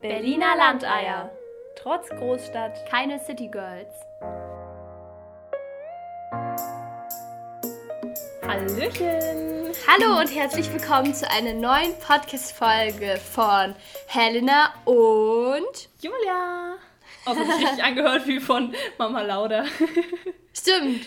Berliner Landeier. Trotz Großstadt keine City Girls. Hallöchen! Hallo und herzlich willkommen zu einer neuen Podcast-Folge von Helena und Julia! Oh, das hat sich richtig angehört wie von Mama Lauda. Stimmt!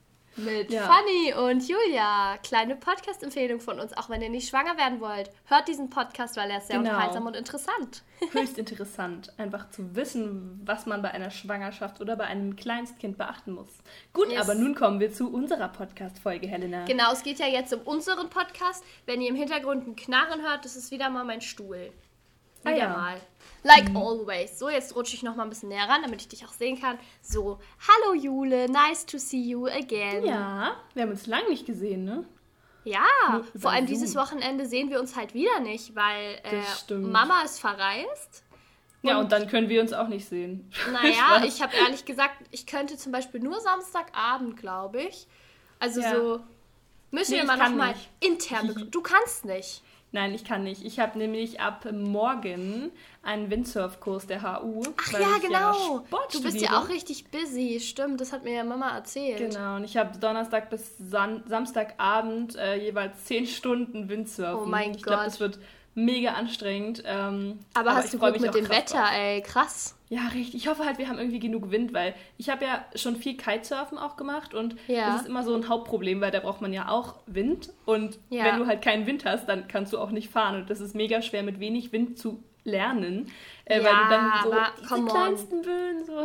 Mit Fanny und Julia. Kleine Podcast-Empfehlung von uns, auch wenn ihr nicht schwanger werden wollt. Hört diesen Podcast, weil er ist sehr unterhaltsam und interessant. Höchst interessant, einfach zu wissen, was man bei einer Schwangerschaft oder bei einem Kleinstkind beachten muss. Gut, aber nun kommen wir zu unserer Podcast-Folge, Helena. Genau, es geht ja jetzt um unseren Podcast. Wenn ihr im Hintergrund ein Knarren hört, das ist wieder mal mein Stuhl. Wieder mal. Like always. So, jetzt rutsche ich noch mal ein bisschen näher ran, damit ich dich auch sehen kann. So, hallo Jule, nice to see you again. Ja, wir haben uns lange nicht gesehen, ne? Ja, vor allem dieses Wochenende sehen wir uns halt wieder nicht, weil Mama ist verreist. Ja, und dann können wir uns auch nicht sehen. Naja, ich habe ehrlich gesagt, ich könnte zum Beispiel nur Samstagabend, glaube ich. Also so, müssen wir mal nochmal intern... Du kannst nicht. Nein, ich kann nicht. Ich habe nämlich ab morgen einen Windsurfkurs der HU. Ach ja, genau. Du bist ja auch richtig busy. Stimmt, das hat mir ja Mama erzählt. Genau, und ich habe Donnerstag bis Samstagabend jeweils 10 Stunden Windsurfen. Oh mein Gott. Ich glaube, das wird mega anstrengend. Aber hast du Glück mit dem Wetter, ey. Krass. Ja, richtig. Ich hoffe halt, wir haben irgendwie genug Wind, weil ich habe ja schon viel Kitesurfen auch gemacht und das ist immer so ein Hauptproblem, weil da braucht man ja auch Wind und wenn du halt keinen Wind hast, dann kannst du auch nicht fahren und das ist mega schwer mit wenig Wind zu lernen, weil du dann so diese kleinsten Böen so,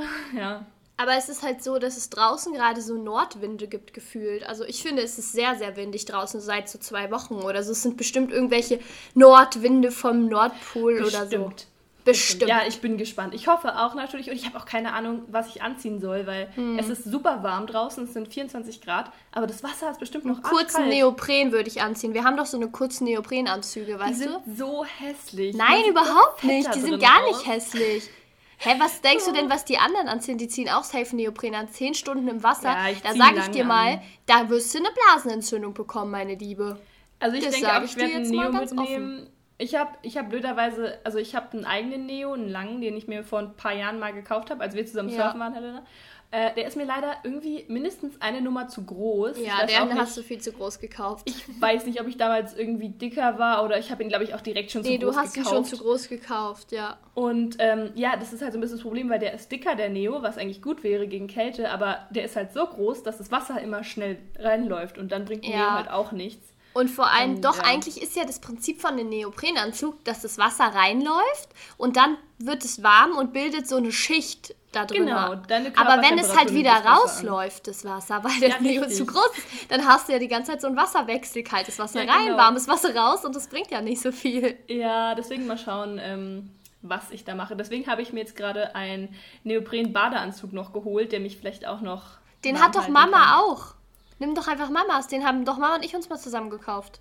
Aber es ist halt so, dass es draußen gerade so Nordwinde gibt, gefühlt. Also ich finde, es ist sehr, sehr windig draußen seit so 2 Wochen oder so. Es sind bestimmt irgendwelche Nordwinde vom Nordpol oder so. Bestimmt. Ja, ich bin gespannt. Ich hoffe auch natürlich, und ich habe auch keine Ahnung, was ich anziehen soll, weil es ist super warm draußen, es sind 24 Grad, aber das Wasser ist bestimmt noch kurzen Neopren würde ich anziehen. Wir haben doch so eine kurzen Neoprenanzüge, weißt du? Die sind so hässlich. Nein, überhaupt nicht. Die sind gar nicht hässlich. Hä, was denkst du denn, was die anderen anziehen? Die ziehen auch safe Neopren an, 10 Stunden im Wasser. Ja, da sage ich dir mal, da wirst du eine Blasenentzündung bekommen, meine Liebe. Also ich denke auch, ich werde einen Neo mitnehmen. Ich hab blöderweise, also ich habe einen eigenen Neo, einen langen, den ich mir vor ein paar Jahren mal gekauft habe, als wir zusammen surfen waren, Helena. Der ist mir leider irgendwie mindestens eine Nummer zu groß. Ja, den hast du viel zu groß gekauft. Ich weiß nicht, ob ich damals irgendwie dicker war oder ich habe ihn, glaube ich, auch direkt schon zu groß gekauft. Nee, du hast ihn schon zu groß gekauft, ja. Und das ist halt so ein bisschen das Problem, weil der ist dicker, der Neo, was eigentlich gut wäre gegen Kälte, aber der ist halt so groß, dass das Wasser immer schnell reinläuft und dann bringt der Neo halt auch nichts. Und vor allem, eigentlich ist ja das Prinzip von dem Neoprenanzug, dass das Wasser reinläuft und dann wird es warm und bildet so eine Schicht da drin. Genau, aber wenn es halt wieder rausläuft, das Wasser, weil der Neo zu groß ist, dann hast du ja die ganze Zeit so ein Wasserwechsel, kaltes Wasser rein, warmes Wasser raus und das bringt ja nicht so viel. Ja, deswegen mal schauen, was ich da mache. Deswegen habe ich mir jetzt gerade einen Neopren-Badeanzug noch geholt, der mich vielleicht auch noch... Den hat doch Mama auch. Nimm doch einfach Mamas, den haben doch Mama und ich uns mal zusammen gekauft.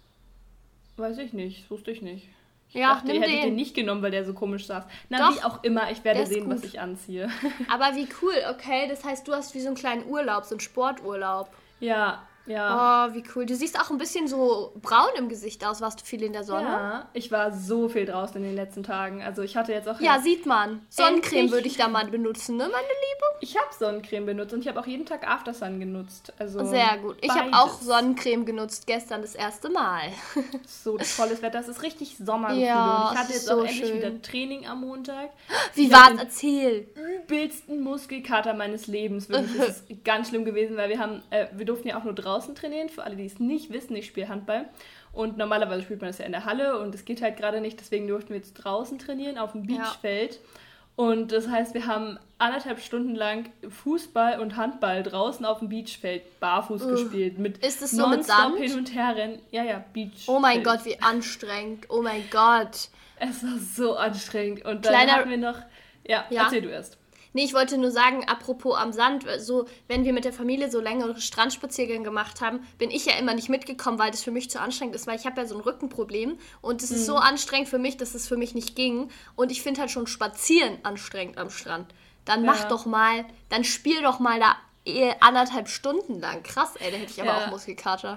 Weiß ich nicht, das wusste ich nicht. Ich dachte, nimm den. Den nicht genommen, weil der so komisch saß. Na, doch, wie auch immer, ich werde sehen, was ich anziehe. Aber wie cool, okay, das heißt, du hast wie so einen kleinen Urlaub, so einen Sporturlaub. Ja. Oh, wie cool. Du siehst auch ein bisschen so braun im Gesicht aus. Warst du viel in der Sonne? Ja, ich war so viel draußen in den letzten Tagen. Also ich hatte jetzt auch... Ja, sieht man. Sonnencreme würde ich da mal benutzen, ne, meine Liebe? Ich habe Sonnencreme benutzt und ich habe auch jeden Tag Aftersun genutzt. Also sehr gut. Ich habe auch Sonnencreme genutzt, gestern das erste Mal. So tolles Wetter. Es ist richtig Sommergefühl. Ja, und ich hatte jetzt auch endlich wieder Training am Montag. Wie war's? Erzähl. Übelsten Muskelkater meines Lebens. Wirklich, das ist ganz schlimm gewesen, weil wir durften ja auch nur draußen trainieren. Für alle, die es nicht wissen, ich spiele Handball. Und normalerweise spielt man das ja in der Halle und es geht halt gerade nicht. Deswegen durften wir jetzt draußen trainieren, auf dem Beachfeld. Ja. Und das heißt, wir haben 1,5 Stunden lang Fußball und Handball draußen auf dem Beachfeld barfuß gespielt. Ist es so mit Sand? Hin und her rennen. Ja, Beachfeld. Oh mein Gott, wie anstrengend. Oh mein Gott. Es war so anstrengend. Und dann hatten wir noch... Ja, erzähl du erst. Nee, ich wollte nur sagen, apropos am Sand, so, wenn wir mit der Familie so längere Strandspaziergänge gemacht haben, bin ich ja immer nicht mitgekommen, weil das für mich zu anstrengend ist, weil ich habe ja so ein Rückenproblem und es ist so anstrengend für mich, dass es für mich nicht ging und ich finde halt schon Spazieren anstrengend am Strand. Dann dann spiel doch mal da 1,5 Stunden lang. Krass, ey, da hätte ich aber auch Muskelkater.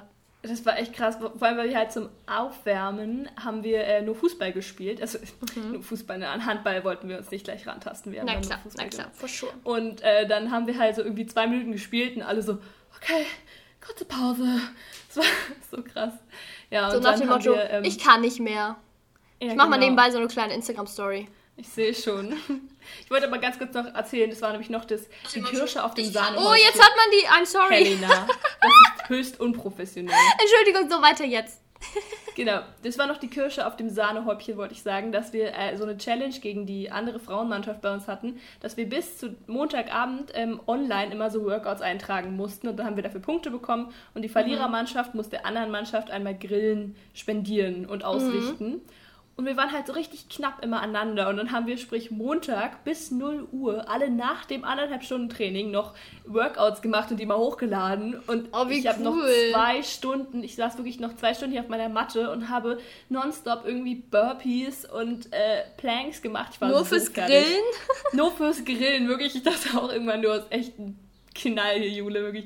Das war echt krass, vor allem, weil wir halt zum Aufwärmen haben wir nur Fußball gespielt. Also nur Fußball, an Handball wollten wir uns nicht gleich rantasten. Wir haben Na nur klar, Fußball gemacht. for sure. Und dann haben wir halt so irgendwie 2 Minuten gespielt und alle so, okay, kurze Pause. Das war so krass. Ja, so und nach dann dem haben Motto, wir, ich kann nicht mehr. ja, Ich mach mal genau. nebenbei so eine kleine Instagram-Story. Ich sehe schon. Ich wollte aber ganz kurz noch erzählen, das war nämlich noch die Kirsche auf dem Sahnehäubchen. Oh, jetzt hat man die. I'm sorry. Helena, das ist höchst unprofessionell. Entschuldigung, so weiter jetzt. Genau, das war noch die Kirsche auf dem Sahnehäubchen, wollte ich sagen, dass wir so eine Challenge gegen die andere Frauenmannschaft bei uns hatten, dass wir bis zu Montagabend online immer so Workouts eintragen mussten und dann haben wir dafür Punkte bekommen und die Verlierermannschaft muss der anderen Mannschaft einmal Grillen spendieren und ausrichten. Und wir waren halt so richtig knapp immer aneinander. Und dann haben wir, sprich, Montag bis 0 Uhr alle nach dem 1,5 Stunden Training noch Workouts gemacht und die mal hochgeladen. Und wie ich habe noch cool. 2 Stunden, ich saß wirklich noch 2 Stunden hier auf meiner Matte und habe nonstop irgendwie Burpees und Planks gemacht. Ich war Nur so fürs fertig. Grillen? Nur fürs Grillen, wirklich. Ich dachte auch irgendwann, du hast echt einen Knall hier, Jule, wirklich.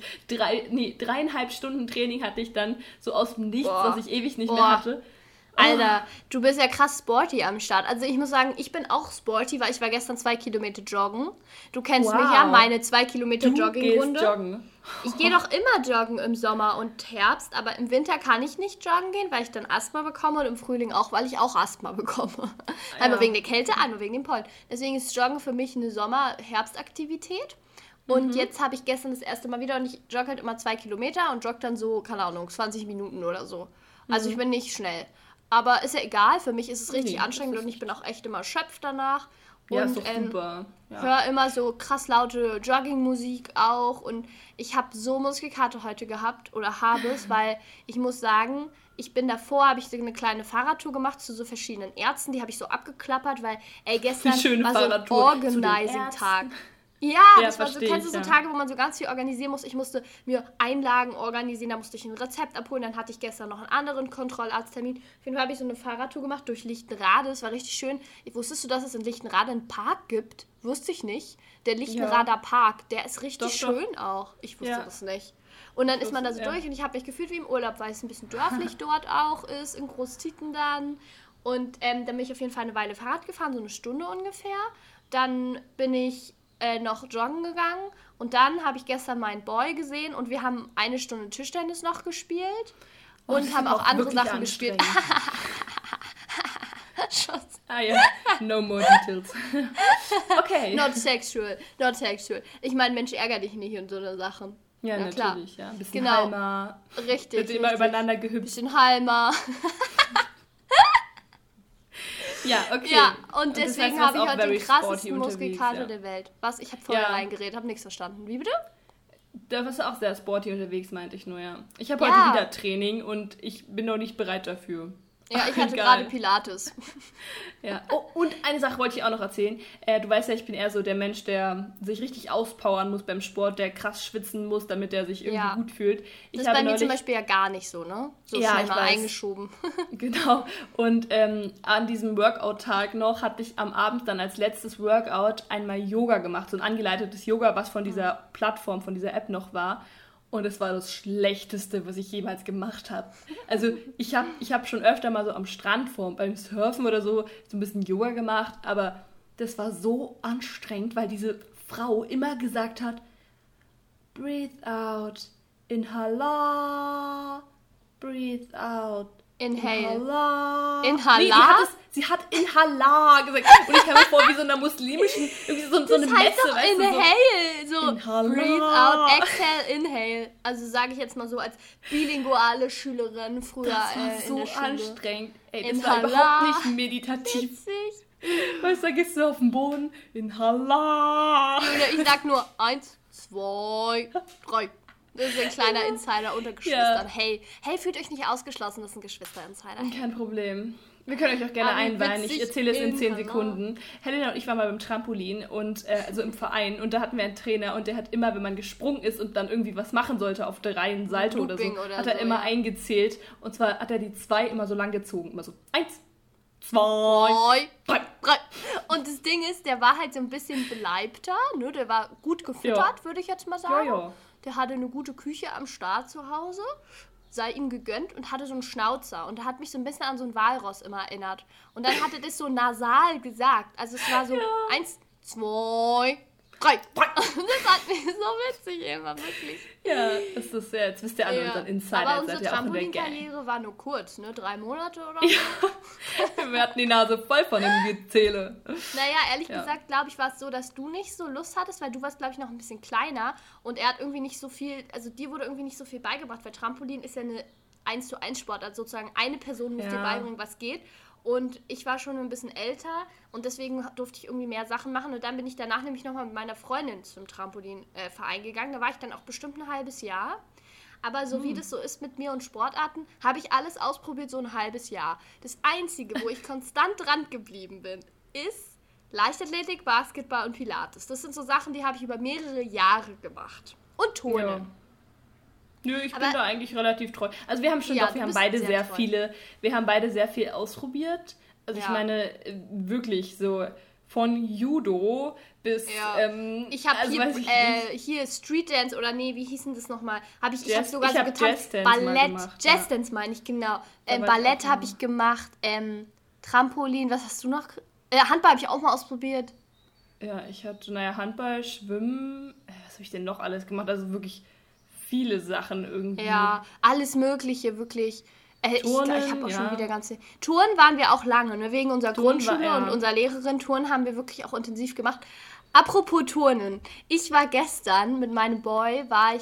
3,5 Stunden Training hatte ich dann so aus dem Nichts, was ich ewig nicht mehr hatte. Alter, du bist ja krass sporty am Start. Also ich muss sagen, ich bin auch sporty, weil ich war gestern 2 Kilometer joggen. Du kennst mich ja, meine 2 Kilometer Joggingrunde. Joggen. Ich gehe doch immer joggen im Sommer und Herbst, aber im Winter kann ich nicht joggen gehen, weil ich dann Asthma bekomme und im Frühling auch, weil ich auch Asthma bekomme. Einmal wegen der Kälte, einmal wegen dem Pollen. Deswegen ist Joggen für mich eine Sommer-Herbstaktivität. Und jetzt habe ich gestern das erste Mal wieder und ich jogge halt immer 2 Kilometer und jogge dann so, keine Ahnung, 20 Minuten oder so. Also ich bin nicht schnell. Aber ist ja egal, für mich ist es richtig anstrengend und ich bin auch echt immer erschöpft danach. Ja, und ist doch super. Ja. höre immer so krass laute Joggingmusik auch und ich habe so Muskelkater heute gehabt oder habe es, weil ich muss sagen, habe ich so eine kleine Fahrradtour gemacht zu so verschiedenen Ärzten, die habe ich so abgeklappert, weil gestern war so ein Organizing-Tag. Ja, das war so, kennst du so Tage, wo man so ganz viel organisieren muss. Ich musste mir Einlagen organisieren, da musste ich ein Rezept abholen, dann hatte ich gestern noch einen anderen Kontrollarzttermin. Auf jeden Fall habe ich so eine Fahrradtour gemacht durch Lichtenrade, das war richtig schön. Wusstest du, dass es in Lichtenrade einen Park gibt? Wusste ich nicht. Der Lichtenrader Park, der ist richtig schön auch. Ich wusste das nicht. Und dann ist man da so durch und ich habe mich gefühlt wie im Urlaub, weil es ein bisschen dörflich dort auch ist, in Großtitten dann. Und dann bin ich auf jeden Fall eine Weile Fahrrad gefahren, so eine Stunde ungefähr. Dann bin ich noch joggen gegangen und dann habe ich gestern meinen Boy gesehen und wir haben 1 Stunde Tischtennis noch gespielt und haben auch andere Sachen gespielt. Ah ja, no more details. Okay. Not sexual. Ich meine, Mensch, ärger dich nicht und so eine Sachen. Ja, natürlich, klar. ja. Ein bisschen Halma. Richtig. Wird immer übereinander gehüpft. Bisschen Halma. Ja, okay. Ja, und deswegen habe ich heute den krassesten krassesten Muskelkater der Welt. Was? Ich habe vorher reingeredet, habe nichts verstanden. Wie bitte? Da warst du auch sehr sporty unterwegs, meinte ich nur, ja. Ich habe heute wieder Training und ich bin noch nicht bereit dafür. Ja, ich hatte gerade Pilates. Ja. Oh, und eine Sache wollte ich auch noch erzählen. Du weißt ja, ich bin eher so der Mensch, der sich richtig auspowern muss beim Sport, der krass schwitzen muss, damit er sich irgendwie gut fühlt. Das ist bei mir zum Beispiel ja gar nicht so, ne? So schnell mal eingeschoben. Genau. Und an diesem Workout-Tag noch hatte ich am Abend dann als letztes Workout einmal Yoga gemacht. So ein angeleitetes Yoga, was von dieser Plattform, von dieser App noch war. Und es war das Schlechteste, was ich jemals gemacht habe. Also ich hab schon öfter mal so am Strand beim Surfen oder so ein bisschen Yoga gemacht, aber das war so anstrengend, weil diese Frau immer gesagt hat, breathe out, inhala, breathe out, inhala. Inhala? Nee, sie hat Inhala gesagt. Und ich kam mir vor wie so einer muslimischen, irgendwie so eine Messe. Doch weißt inhale. So Inhala. Breathe out, exhale, inhale. Also sage ich jetzt mal so als bilinguale Schülerin früher das war in so der Schule. Anstrengend. Ey, das Inhala. war überhaupt nicht meditativ. Witzig. Weißt du, da gehst du auf den Boden. Inhala. Ich sag nur 1, 2, 3. Das ist ein kleiner Insider unter Geschwistern. Ja. Hey, fühlt euch nicht ausgeschlossen, das ist ein Geschwister-Insider. Kein Problem. Wir können euch auch gerne einweihen. Ich erzähle es in 10 Sekunden. Helena und ich waren mal beim Trampolin, und also im Verein, und da hatten wir einen Trainer, und der hat immer, wenn man gesprungen ist und dann irgendwie was machen sollte auf der Reihen Salto oder so, hat er immer eingezählt. Und zwar hat er die 2 immer so lang gezogen. Immer so 1, 2, 3. Und das Ding ist, der war halt so ein bisschen beleibter, ne? Der war gut gefüttert, würde ich jetzt mal sagen. Ja. Der hatte eine gute Küche am Start zu Hause. sei ihm gegönnt und hatte so einen Schnauzer. Und er hat mich so ein bisschen an so ein Walross immer erinnert. Und dann hat er das so nasal gesagt. Also es war so 1, 2, 3. Und das hat mich so witzig immer, wirklich. Ja, das ist ja, jetzt wisst ihr alle unseren Insider. Aber unsere Trampolin-Karriere war nur kurz, ne? 3 Monate oder so. Ja. Wir hatten die Nase voll von dem Gezähle. Naja, ehrlich gesagt, glaube ich, war es so, dass du nicht so Lust hattest, weil du warst, glaube ich, noch ein bisschen kleiner und er hat irgendwie nicht so viel, also dir wurde irgendwie nicht so viel beigebracht, weil Trampolin ist ja eine 1:1 Sportart, sozusagen eine Person muss dir beibringen, was geht. Und ich war schon ein bisschen älter und deswegen durfte ich irgendwie mehr Sachen machen. Und dann bin ich danach nämlich nochmal mit meiner Freundin zum Trampolinverein gegangen. Da war ich dann auch bestimmt ein halbes Jahr. Aber so wie das so ist mit mir und Sportarten, habe ich alles ausprobiert, so ein halbes Jahr. Das Einzige, wo ich konstant dran geblieben bin, ist Leichtathletik, Basketball und Pilates. Das sind so Sachen, die habe ich über mehrere Jahre gemacht. Und Turnen. Ja. Nö, ich bin da eigentlich relativ treu. Also wir haben schon wir haben beide sehr viel ausprobiert. Also ich meine, wirklich so von Judo bis... ich habe hier Street Dance oder wie hieß denn das nochmal? Ich habe sogar so getanzt. Ballett, Jazzdance meine ich, genau. Ballett habe ich gemacht, Trampolin, was hast du noch? Handball habe ich auch mal ausprobiert. Ja, ich hatte, Handball, Schwimmen, was habe ich denn noch alles gemacht? Also wirklich... viele Sachen irgendwie. Ja, alles Mögliche, wirklich. Turnen, ich habe auch schon wieder ganze... Touren waren wir auch lange, ne? Wegen unserer Grundschule und unserer Lehrerin. Touren haben wir wirklich auch intensiv gemacht. Apropos Turnen. Ich war gestern mit meinem Boy,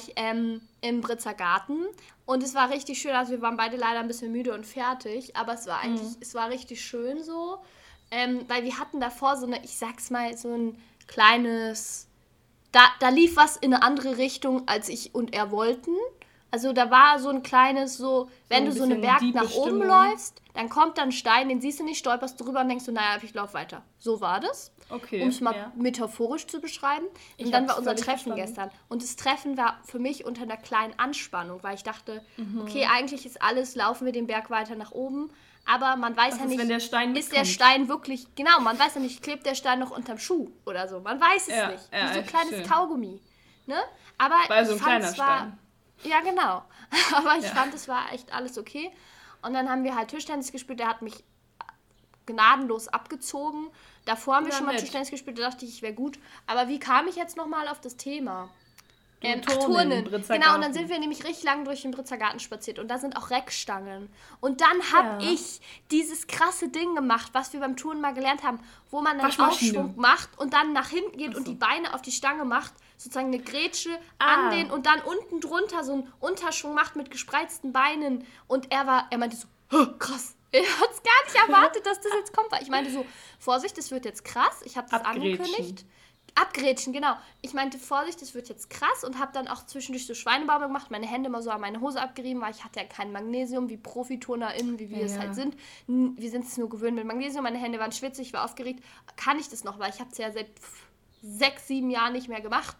im Britzer Garten und es war richtig schön. Also wir waren beide leider ein bisschen müde und fertig, aber es war eigentlich, es war richtig schön so. Weil wir hatten davor so ich sag's mal, so ein kleines... Da lief was in eine andere Richtung, als ich und er wollten. Also da war so ein kleines, wenn du so einen Berg nach oben läufst, dann kommt dann ein Stein, den siehst du nicht, stolperst drüber und denkst du, ich laufe weiter. So war das, um es mal metaphorisch zu beschreiben. Und dann war unser Treffen gestern. Und das Treffen war für mich unter einer kleinen Anspannung, weil ich dachte, okay, eigentlich ist alles, laufen wir den Berg weiter nach oben. Aber man weiß nicht, wenn der Stein ist der Stein wirklich, genau, man weiß ja nicht, klebt der Stein noch unterm Schuh oder so. Man weiß es nicht. Wie so ein kleines Kaugummi. Ne? Aber weil so ein kleiner Stein. Ja, genau. Aber ich fand, es war echt alles okay. Und dann haben wir halt Tischtennis gespielt. Der hat mich gnadenlos abgezogen. Davor haben wir schon mal Tischtennis gespielt. Da dachte ich wäre gut. Aber wie kam ich jetzt nochmal auf das Thema? Turnen. Genau, und dann sind wir nämlich richtig lang durch den Britzer Garten spaziert und da sind auch Reckstangen. Und dann habe ich dieses krasse Ding gemacht, was wir beim Turnen mal gelernt haben, wo man einen Aufschwung macht und dann nach hinten geht und die Beine auf die Stange macht, sozusagen eine Grätsche an den und dann unten drunter so einen Unterschwung macht mit gespreizten Beinen. Und er meinte so, krass. Er hat es gar nicht erwartet, dass das jetzt kommt. Ich meinte so, Vorsicht, das wird jetzt krass. Ich habe das angekündigt. Abgrätschen, genau. Ich meinte, Vorsicht, das wird jetzt krass und habe dann auch zwischendurch so Schweinebaumel gemacht, meine Hände immer so an meine Hose abgerieben, weil ich hatte ja kein Magnesium, wie ProfiturnerInnen, wie wir es halt sind. Wir sind es nur gewöhnt mit Magnesium, meine Hände waren schwitzig, ich war aufgeregt. Kann ich das noch, weil ich habe es ja seit 6, 7 Jahren nicht mehr gemacht.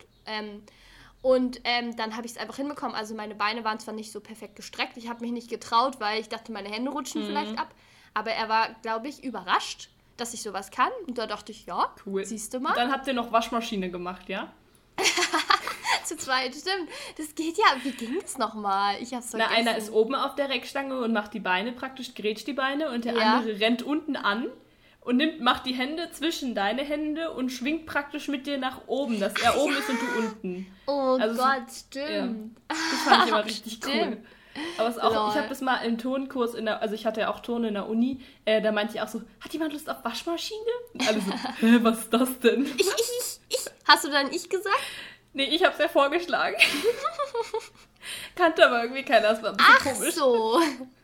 Dann habe ich es einfach hinbekommen. Also meine Beine waren zwar nicht so perfekt gestreckt, ich habe mich nicht getraut, weil ich dachte, meine Hände rutschen vielleicht ab. Aber er war, glaube ich, überrascht, dass ich sowas kann. Und da dachte ich, ja, cool. Siehst du mal. Und dann habt ihr noch Waschmaschine gemacht, ja? Zu zweit, stimmt. Das geht ja, wie ging das nochmal? Ich hab's vergessen. Einer ist oben auf der Reckstange und macht die Beine praktisch, grätscht die Beine und der andere rennt unten an und macht die Hände zwischen deine Hände und schwingt praktisch mit dir nach oben, dass er oben ist und du unten. Oh Gott, stimmt. Ja. Das fand ich immer richtig cool. Aber es auch, ich habe das mal im Turnkurs, also ich hatte ja auch Turnen in der Uni, da meinte ich auch so, hat jemand Lust auf Waschmaschine? Und alle so, was ist das denn? Ich. Hast du dann ich gesagt? Nee, ich hab's ja vorgeschlagen. Kannte aber irgendwie keiner, das war ein bisschen komisch. Ach so.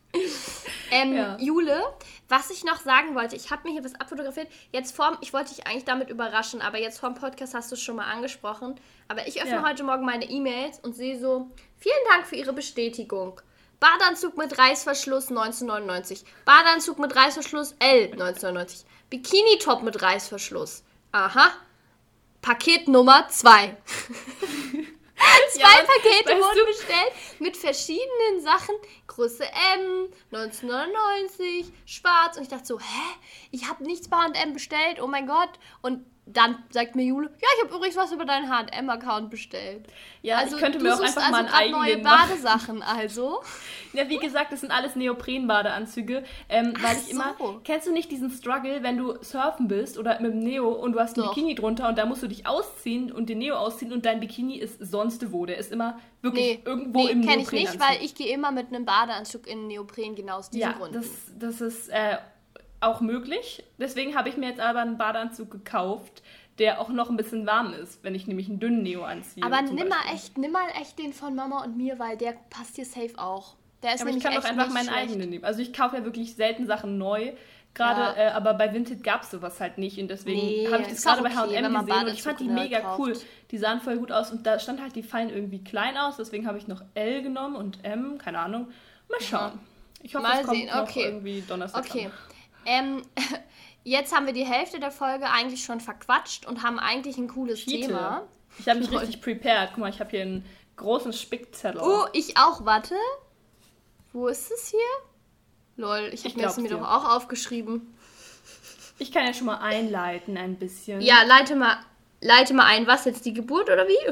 Jule, was ich noch sagen wollte, ich habe mir hier was abfotografiert. Ich wollte dich eigentlich damit überraschen, aber jetzt vorm Podcast hast du es schon mal angesprochen. Aber ich öffne heute Morgen meine E-Mails und sehe so, vielen Dank für Ihre Bestätigung. Badeanzug mit Reißverschluss 1999. Badeanzug mit Reißverschluss L 1999. Bikini-Top mit Reißverschluss. Aha. Paket Nummer 2. 2 Pakete wurden bestellt mit verschiedenen Sachen, Größe M, 1999, schwarz. Und ich dachte so, ich habe nichts bei H&M bestellt, oh mein Gott. Und dann sagt mir Jule, ja, ich habe übrigens was über deinen H&M-Account bestellt. Ja, also, ich könnte mir auch einfach mal einen eigenen neue Badesachen, also. Ja, wie gesagt, das sind alles Neopren-Badeanzüge, weil ich immer, kennst du nicht diesen Struggle, wenn du surfen bist oder mit dem Neo und du hast ein Bikini drunter und da musst du dich ausziehen und den Neo ausziehen und dein Bikini ist sonst wo, der ist immer wirklich irgendwo im Neoprenanzug. Nee, kenne ich nicht, weil ich gehe immer mit einem Badeanzug in Neopren, genau aus diesem Grund. Das ist auch möglich, deswegen habe ich mir jetzt aber einen Badeanzug gekauft, der auch noch ein bisschen warm ist, wenn ich nämlich einen dünnen Neo anziehe. Aber nimm mal echt den von Mama und mir, weil der passt dir safe auch. Der ist aber ich kann doch einfach meinen eigenen nehmen. Also ich kaufe ja wirklich selten Sachen neu, gerade, aber bei Vinted gab es sowas halt nicht und deswegen habe ich das gerade bei H&M gesehen und ich fand die mega cool. Die sahen voll gut aus und da stand halt, die fallen irgendwie klein aus, deswegen habe ich noch L genommen und M, keine Ahnung. Mal schauen. Ich hoffe, es kommt noch irgendwie Donnerstag. Okay. Jetzt haben wir die Hälfte der Folge eigentlich schon verquatscht und haben eigentlich ein cooles Thema. Ich habe mich richtig prepared. Guck mal, ich habe hier einen großen Spickzettel. Oh, ich auch. Warte. Wo ist es hier? Lol, ich habe mir das doch auch aufgeschrieben. Ich kann ja schon mal einleiten ein bisschen. Ja, leite mal ein. Was, jetzt die Geburt oder wie?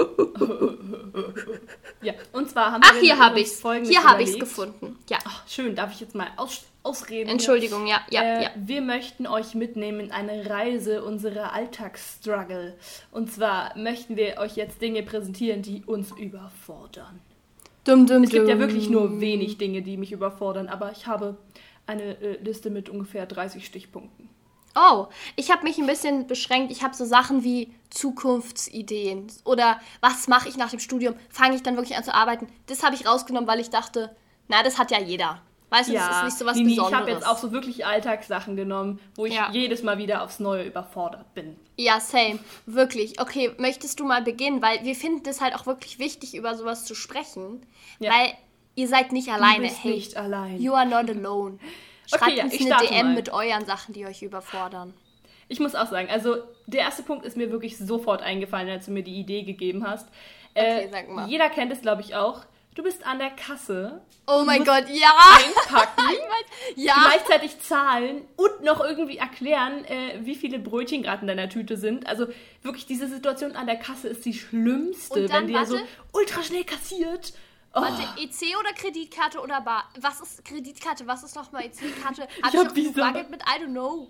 Ja, und zwar haben wir hier habe ich's. Hier habe ich's gefunden. Ja. Ach, schön, darf ich jetzt mal ausreden? Entschuldigung, ja. Wir möchten euch mitnehmen in eine Reise unserer Alltagsstruggle. Und zwar möchten wir euch jetzt Dinge präsentieren, die uns überfordern. Es gibt ja wirklich nur wenig Dinge, die mich überfordern, aber ich habe eine Liste mit ungefähr 30 Stichpunkten. Oh, ich habe mich ein bisschen beschränkt. Ich habe so Sachen wie Zukunftsideen oder was mache ich nach dem Studium? Fange ich dann wirklich an zu arbeiten? Das habe ich rausgenommen, weil ich dachte, das hat ja jeder. Weißt du, das ist nicht so was Besonderes. Ich habe jetzt auch so wirklich Alltagssachen genommen, wo ich jedes Mal wieder aufs Neue überfordert bin. Ja, same. Wirklich. Okay, möchtest du mal beginnen? Weil wir finden es halt auch wirklich wichtig, über sowas zu sprechen. Ja. Weil ihr seid nicht alleine. Du bist nicht allein. You are not alone. Schreibt uns eine DM mit euren Sachen, die euch überfordern. Ich muss auch sagen, also der erste Punkt ist mir wirklich sofort eingefallen, als du mir die Idee gegeben hast. Okay, sag mal. Jeder kennt es, glaube ich, auch. Du bist an der Kasse. Oh mein Gott, ja! Einpacken, gleichzeitig zahlen und noch irgendwie erklären, wie viele Brötchen gerade in deiner Tüte sind. Also wirklich, diese Situation an der Kasse ist die schlimmste, wenn die so ultra schnell kassiert. Oh. Warte, EC oder Kreditkarte oder Bar? Was ist Kreditkarte? Was ist nochmal EC-Karte? Hab ich Bargeld mit? I don't know.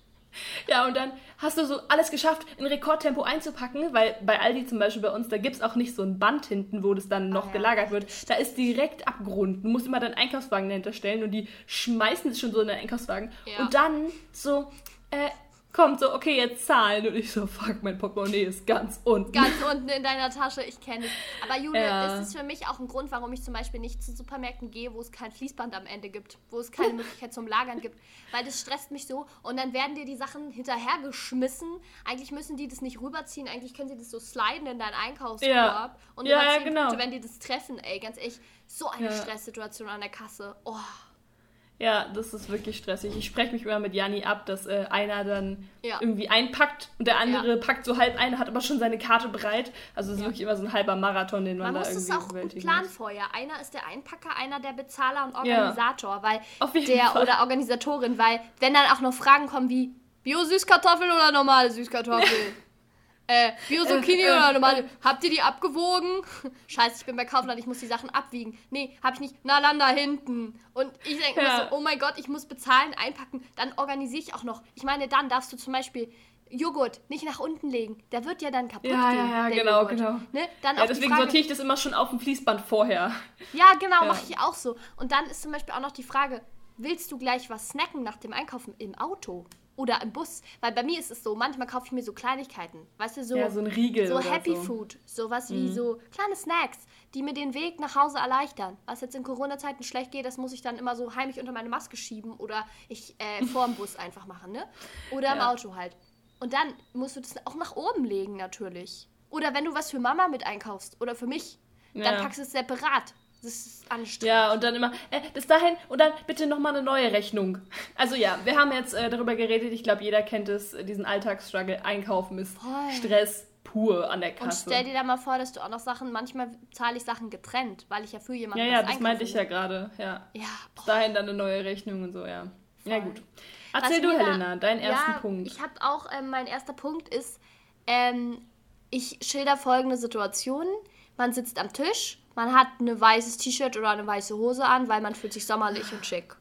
Ja, und dann hast du so alles geschafft, in Rekordtempo einzupacken, weil bei Aldi zum Beispiel bei uns, da gibt es auch nicht so ein Band hinten, wo das dann noch gelagert wird. Da ist direkt Abgrund. Du musst immer deinen Einkaufswagen dahinter stellen und die schmeißen es schon so in den Einkaufswagen. Ja. Und dann so, kommt so, okay, jetzt zahlen. Und ich so, fuck, mein Portemonnaie ist ganz unten. Ganz unten in deiner Tasche, ich kenne es. Aber Julia, das ist für mich auch ein Grund, warum ich zum Beispiel nicht zu Supermärkten gehe, wo es kein Fließband am Ende gibt, wo es keine Möglichkeit zum Lagern gibt. Weil das stresst mich so und dann werden dir die Sachen hinterhergeschmissen. Eigentlich müssen die das nicht rüberziehen, eigentlich können sie das so sliden in deinen Einkaufskorb. Und genau. wenn die das treffen, ganz ehrlich, so eine Stresssituation an der Kasse. Oh. Ja, das ist wirklich stressig. Ich spreche mich immer mit Janni ab, dass einer dann irgendwie einpackt und der andere packt so halb ein, hat aber schon seine Karte bereit. Also es ist wirklich immer so ein halber Marathon, den man da irgendwie bewältigen muss. Man muss es auch gut planen vorher. Einer ist der Einpacker, einer der Bezahler und Organisator, weil oder Organisatorin, weil wenn dann auch noch Fragen kommen wie Bio-Süßkartoffel oder normale Süßkartoffel? Bio-Zucchini oder normale? Habt ihr die abgewogen? Scheiße, ich bin bei Kaufland, ich muss die Sachen abwiegen. Nee, hab ich nicht. Na, dann da hinten. Und ich denke mir so, oh mein Gott, ich muss bezahlen, einpacken. Dann organisiere ich auch noch. Ich meine, dann darfst du zum Beispiel Joghurt nicht nach unten legen. Der wird ja dann kaputt gehen. Ja, genau. Ne? Dann deswegen sortiere ich das immer schon auf dem Fließband vorher. Ja, genau, mache ich auch so. Und dann ist zum Beispiel auch noch die Frage, willst du gleich was snacken nach dem Einkaufen im Auto? Oder im Bus, weil bei mir ist es so, manchmal kaufe ich mir so Kleinigkeiten, weißt du, so ein Riegel so oder Happy Food, sowas wie so kleine Snacks, die mir den Weg nach Hause erleichtern. Was jetzt in Corona-Zeiten schlecht geht, das muss ich dann immer so heimlich unter meine Maske schieben oder ich vorm Bus einfach machen, ne? Oder im Auto halt. Und dann musst du das auch nach oben legen natürlich. Oder wenn du was für Mama mit einkaufst oder für mich, dann packst du es separat. Das ist anstrengend. Ja, und dann immer, bis dahin und dann bitte nochmal eine neue Rechnung. Also ja, wir haben jetzt darüber geredet, ich glaube, jeder kennt es, diesen Alltagsstruggle. Einkaufen ist Stress pur an der Und Kasse. stell dir da mal vor, dass du auch noch Sachen, manchmal zahle ich Sachen getrennt, weil ich ja für jemanden Ja, das meinte ich ja gerade. Ja. Bis dahin dann eine neue Rechnung und so, ja. Voll. Ja, gut. Erzähl du, Helena, deinen ersten Punkt. Ich habe auch, mein erster Punkt ist, ich schilder folgende Situation. Man sitzt am Tisch, man hat ein weißes T-Shirt oder eine weiße Hose an, weil man fühlt sich sommerlich und schick.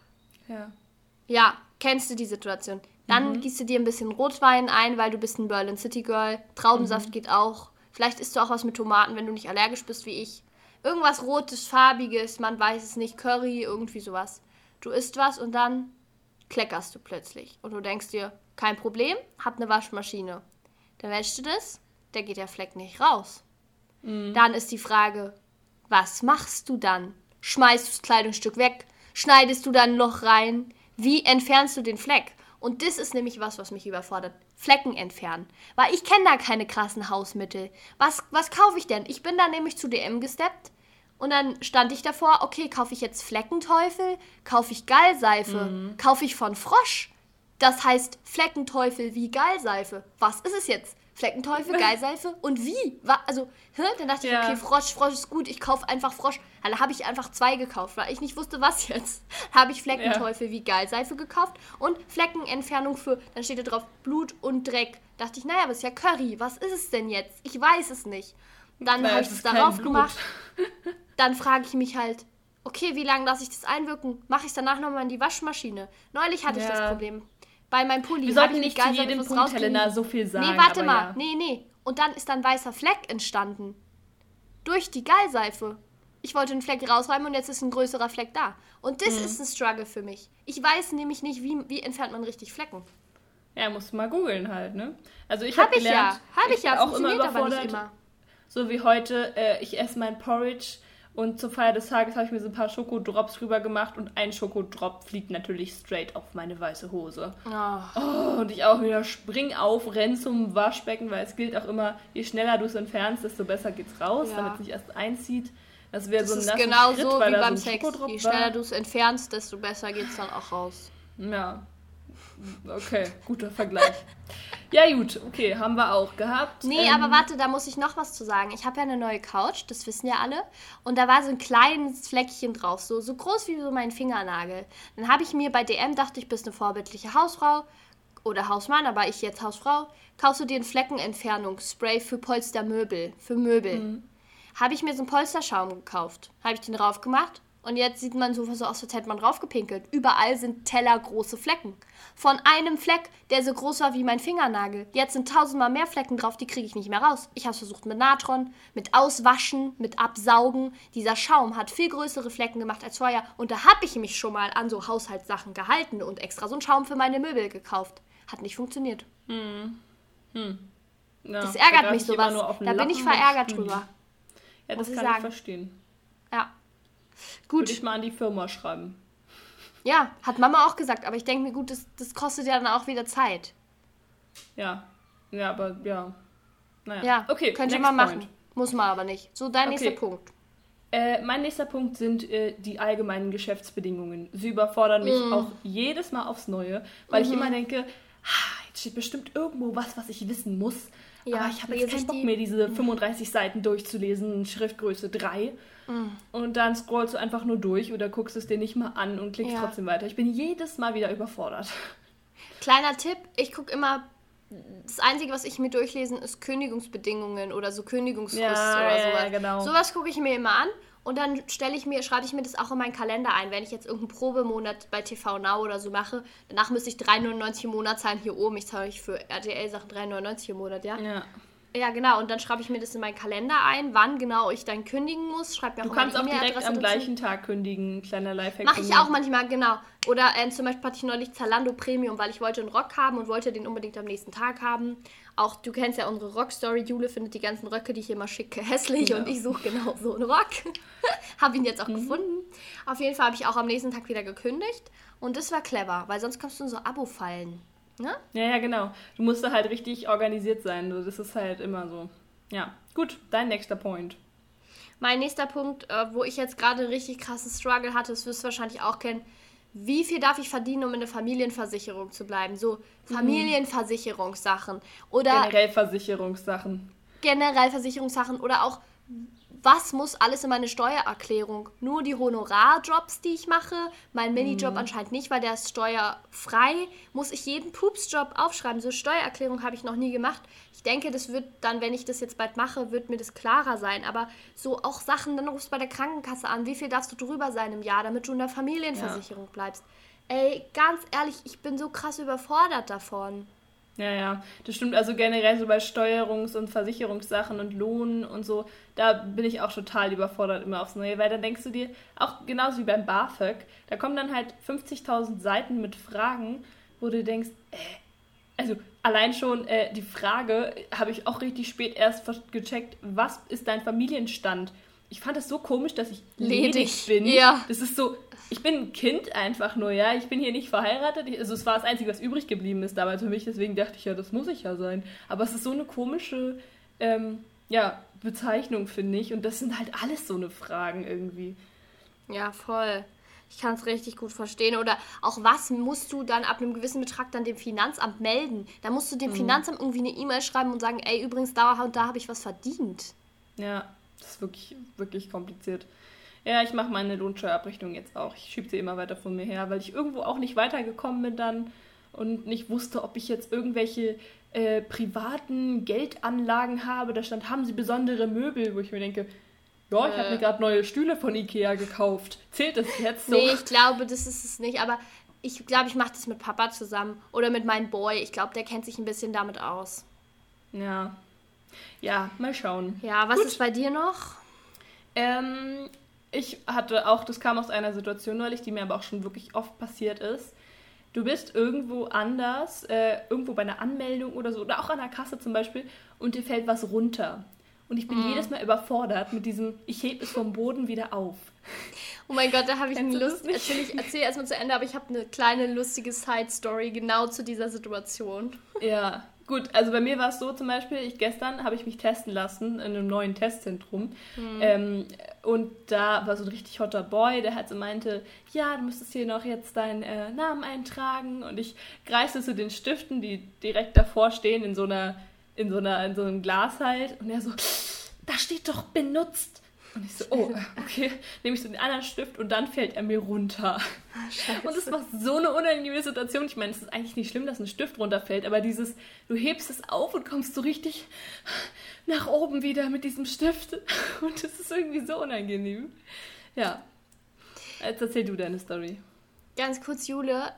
Ja. Ja, kennst du die Situation? Dann gießt du dir ein bisschen Rotwein ein, weil du bist ein Berlin City Girl. Traubensaft geht auch. Vielleicht isst du auch was mit Tomaten, wenn du nicht allergisch bist wie ich. Irgendwas Rotes, Farbiges, man weiß es nicht, Curry, irgendwie sowas. Du isst was und dann kleckerst du plötzlich. Und du denkst dir, kein Problem, hab eine Waschmaschine. Dann wäschst du das, da geht der Fleck nicht raus. Dann ist die Frage, was machst du dann? Schmeißt du das Kleidungsstück weg? Schneidest du dann ein Loch rein? Wie entfernst du den Fleck? Und das ist nämlich was mich überfordert. Flecken entfernen. Weil ich kenne da keine krassen Hausmittel. Was kaufe ich denn? Ich bin da nämlich zu DM gesteppt und dann stand ich davor, okay, kaufe ich jetzt Fleckenteufel? Kaufe ich Gallseife? Kaufe ich von Frosch? Das heißt Fleckenteufel wie Gallseife. Was ist es jetzt? Fleckenteufel, Gallseife und wie? Dann dachte ich, okay, Frosch ist gut, ich kaufe einfach Frosch. Dann habe ich einfach 2 gekauft, weil ich nicht wusste, was jetzt. Habe ich Fleckenteufel wie Gallseife gekauft und Fleckenentfernung dann steht da drauf Blut und Dreck. Dachte ich, naja, aber ist ja Curry, was ist es denn jetzt? Ich weiß es nicht. Dann habe ich es darauf gemacht. Dann frage ich mich halt, okay, wie lange lasse ich das einwirken? Mache ich es danach nochmal in die Waschmaschine? Neulich hatte ich das Problem. Bei meinem Pulli. Wir sollten nicht zu jedem Punkt, Helena, so viel sagen. Nee, warte mal. Ja. Nee. Und dann ist ein weißer Fleck entstanden. Durch die Gallseife. Ich wollte einen Fleck rausräumen und jetzt ist ein größerer Fleck da. Und das ist ein Struggle für mich. Ich weiß nämlich nicht, wie entfernt man richtig Flecken. Ja, musst du mal googeln halt, ne? Also ich habe gelernt... Hab ich ja, auch immer funktioniert aber überfordert, nicht immer. So wie heute, ich esse mein Porridge und zur Feier des Tages habe ich mir so ein paar Schokodrops rüber gemacht und ein Schokodrop fliegt natürlich straight auf meine weiße Hose. Und ich auch wieder spring auf, renn zum Waschbecken, weil es gilt auch immer, je schneller du es entfernst, desto besser geht's raus, damit es nicht erst einzieht. Das wäre so ein nasser genau Schritt, so weil wie da beim so ein Sex. Schokodrop Je schneller du es entfernst, desto besser geht's dann auch raus. Ja. Okay, guter Vergleich. Ja gut, okay, haben wir auch gehabt. Nee, aber warte, da muss ich noch was zu sagen. Ich habe ja eine neue Couch, das wissen ja alle. Und da war so ein kleines Fleckchen drauf, so groß wie so mein Fingernagel. Dann habe ich mir bei DM, dachte ich, bist eine vorbildliche Hausfrau oder Hausmann, aber ich jetzt Hausfrau, kaufst du dir ein Fleckenentfernungsspray für Polstermöbel, für Möbel. Habe ich mir so einen Polsterschaum gekauft. Habe ich den drauf gemacht. Und jetzt sieht man so aus, als hätte man draufgepinkelt. Überall sind tellergroße Flecken. Von einem Fleck, der so groß war wie mein Fingernagel. Jetzt sind 1000-mal mehr Flecken drauf, die kriege ich nicht mehr raus. Ich habe es versucht mit Natron, mit Auswaschen, mit Absaugen. Dieser Schaum hat viel größere Flecken gemacht als vorher. Und da habe ich mich schon mal an so Haushaltssachen gehalten und extra so einen Schaum für meine Möbel gekauft. Hat nicht funktioniert. Ja, das ärgert mich sowas. Da bin ich verärgert drüber. Ja, das kann ich verstehen. Ja. Gut. Würde ich mal an die Firma schreiben. Ja, hat Mama auch gesagt, aber ich denke mir, gut, das kostet ja dann auch wieder Zeit. Ja, aber ja. Naja, ja, okay, könnte man machen. Muss man aber nicht. So, dein nächster Punkt. Mein nächster Punkt sind die allgemeinen Geschäftsbedingungen. Sie überfordern mich auch jedes Mal aufs Neue, weil ich immer denke, jetzt steht bestimmt irgendwo was ich wissen muss. Ja, aber ich habe jetzt keinen Bock mehr, diese 35 Seiten durchzulesen, Schriftgröße 3. Und dann scrollst du einfach nur durch oder guckst es dir nicht mal an und klickst trotzdem weiter. Ich bin jedes Mal wieder überfordert. Kleiner Tipp, ich gucke immer, das Einzige, was ich mir durchlesen, ist Kündigungsbedingungen oder so Kündigungsfrist oder sowas. Ja, genau. Sowas gucke ich mir immer an und dann schreibe ich mir das auch in meinen Kalender ein. Wenn ich jetzt irgendeinen Probemonat bei TV Now oder so mache, danach müsste ich 3,99 im Monat zahlen hier oben. Ich zahle euch für RTL-Sachen 3,99 im Monat, ja? Ja, genau. Und dann schreibe ich mir das in meinen Kalender ein, wann genau ich dann kündigen muss. Schreib mir auch du kannst auch direkt am gleichen Tag kündigen, kleiner Lifehack. Mache ich auch manchmal, genau. Oder zum Beispiel hatte ich neulich Zalando Premium, weil ich wollte einen Rock haben und wollte den unbedingt am nächsten Tag haben. Auch, du kennst ja unsere Rock-Story. Jule findet die ganzen Röcke, die ich immer schicke, hässlich und ich suche genau so einen Rock. Habe ihn jetzt auch gefunden. Auf jeden Fall habe ich auch am nächsten Tag wieder gekündigt. Und das war clever, weil sonst kommst du in so Abo-Fallen. Ne? Ja, genau. Du musst da halt richtig organisiert sein. Das ist halt immer so. Ja, gut. Dein nächster Point. Mein nächster Punkt, wo ich jetzt gerade einen richtig krassen Struggle hatte, das wirst du wahrscheinlich auch kennen, wie viel darf ich verdienen, um in der Familienversicherung zu bleiben? So Familienversicherungssachen oder Generell Versicherungssachen oder auch, was muss alles in meine Steuererklärung? Nur die Honorarjobs, die ich mache, mein Minijob anscheinend nicht, weil der ist steuerfrei. Muss ich jeden Pupsjob aufschreiben? So Steuererklärung habe ich noch nie gemacht. Ich denke, das wird dann, wenn ich das jetzt bald mache, wird mir das klarer sein. Aber so auch Sachen, dann rufst du bei der Krankenkasse an. Wie viel darfst du drüber sein im Jahr, damit du in der Familienversicherung bleibst? Ey, ganz ehrlich, ich bin so krass überfordert davon. Ja, das stimmt. Also generell so bei Steuerungs- und Versicherungssachen und Lohn und so, da bin ich auch total überfordert immer aufs Neue, weil dann denkst du dir, auch genauso wie beim BAföG, da kommen dann halt 50.000 Seiten mit Fragen, wo du denkst, also allein schon die Frage habe ich auch richtig spät erst gecheckt, was ist dein Familienstand? Ich fand es so komisch, dass ich ledig bin. Ja. Das ist so, ich bin ein Kind einfach nur, ja. Ich bin hier nicht verheiratet. Also es war das Einzige, was übrig geblieben ist damals für mich. Deswegen dachte ich, ja, das muss ich ja sein. Aber es ist so eine komische Bezeichnung, finde ich. Und das sind halt alles so eine Fragen irgendwie. Ja, voll. Ich kann es richtig gut verstehen. Oder auch, was musst du dann ab einem gewissen Betrag dann dem Finanzamt melden? Da musst du dem Finanzamt irgendwie eine E-Mail schreiben und sagen, ey, übrigens, da und da habe ich was verdient. Ja, das ist wirklich, wirklich kompliziert. Ja, ich mache meine Lohnsteuerabrechnung jetzt auch. Ich schiebe sie immer weiter von mir her, weil ich irgendwo auch nicht weitergekommen bin dann und nicht wusste, ob ich jetzt irgendwelche privaten Geldanlagen habe. Da stand, haben Sie besondere Möbel, wo ich mir denke, ja, ich habe mir gerade neue Stühle von Ikea gekauft. Zählt das jetzt so? Nee, ich glaube, das ist es nicht. Aber ich glaube, ich mache das mit Papa zusammen. Oder mit meinem Boy. Ich glaube, der kennt sich ein bisschen damit aus. Ja. Ja, mal schauen. Ja, was ist bei dir noch? Ich hatte auch, das kam aus einer Situation neulich, die mir aber auch schon wirklich oft passiert ist. Du bist irgendwo anders, irgendwo bei einer Anmeldung oder so, oder auch an der Kasse zum Beispiel, und dir fällt was runter. Und ich bin jedes Mal überfordert mit diesem, ich heb es vom Boden wieder auf. Oh mein Gott, da habe ich eine Lust. Erzähl erstmal zu Ende, aber ich habe eine kleine lustige Side-Story genau zu dieser Situation. Ja, gut, also bei mir war es so zum Beispiel, gestern habe ich mich testen lassen in einem neuen Testzentrum. Und da war so ein richtig hotter Boy, der halt so meinte, ja, du müsstest hier noch jetzt deinen Namen eintragen. Und ich greifte zu den Stiften, die direkt davor stehen, in so einem Glas halt. Und er so, da steht doch benutzt. Und ich so, oh, okay, nehme ich so den anderen Stift und dann fällt er mir runter. Scheiße. Und es war so eine unangenehme Situation. Ich meine, es ist eigentlich nicht schlimm, dass ein Stift runterfällt, aber du hebst es auf und kommst so richtig nach oben wieder mit diesem Stift. Und es ist irgendwie so unangenehm. Ja, jetzt erzähl du deine Story. Ganz kurz, Jule,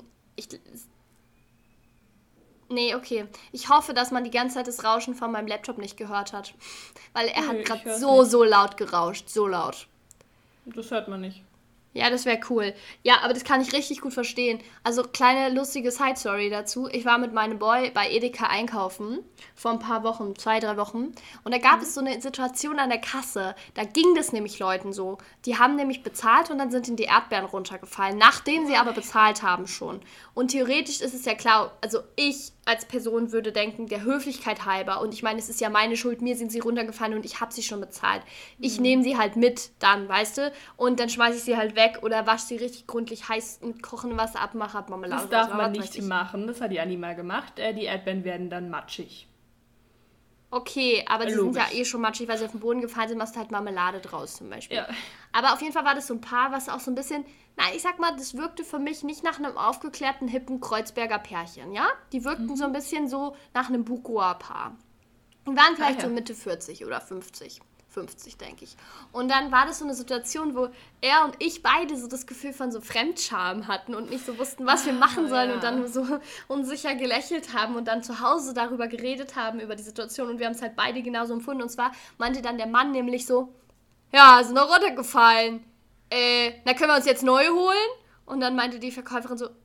Nee, okay. Ich hoffe, dass man die ganze Zeit das Rauschen von meinem Laptop nicht gehört hat. Weil er hat gerade so laut gerauscht. So laut. Das hört man nicht. Ja, das wäre cool. Ja, aber das kann ich richtig gut verstehen. Also, kleine lustige Side-Story dazu. Ich war mit meinem Boy bei Edeka einkaufen vor ein paar Wochen, 2-3 Wochen. Und da gab es so eine Situation an der Kasse. Da ging das nämlich Leuten so. Die haben nämlich bezahlt und dann sind ihnen die Erdbeeren runtergefallen, nachdem sie aber bezahlt haben schon. Und theoretisch ist es ja klar, also ich als Person würde denken, der Höflichkeit halber, und ich meine, es ist ja meine Schuld, mir sind sie runtergefallen und ich habe sie schon bezahlt. Ich nehme sie halt mit dann, weißt du, und dann schmeiße ich sie halt weg oder wasche sie richtig gründlich heiß mit kochendem Wasser ab, mache ab Marmelade. Das darf man nicht machen, das hat die Anni mal gemacht. Die Erdbeeren werden dann matschig. Okay, aber die sind ja eh schon matschig, weil sie auf den Boden gefallen sind, machst du halt Marmelade draus zum Beispiel. Ja. Aber auf jeden Fall war das so ein Paar, was auch so ein bisschen, ich sag mal, das wirkte für mich nicht nach einem aufgeklärten, hippen Kreuzberger Pärchen, ja? Die wirkten so ein bisschen so nach einem Bukower-Paar. Die waren vielleicht so Mitte 40 oder 50, denke ich. Und dann war das so eine Situation, wo er und ich beide so das Gefühl von so Fremdscham hatten und nicht so wussten, was wir machen sollen und dann so unsicher gelächelt haben und dann zu Hause darüber geredet haben, über die Situation, und wir haben es halt beide genauso empfunden. Und zwar meinte dann der Mann nämlich so, ja, ist noch runtergefallen. Na, können wir uns jetzt neu holen? Und dann meinte die Verkäuferin so,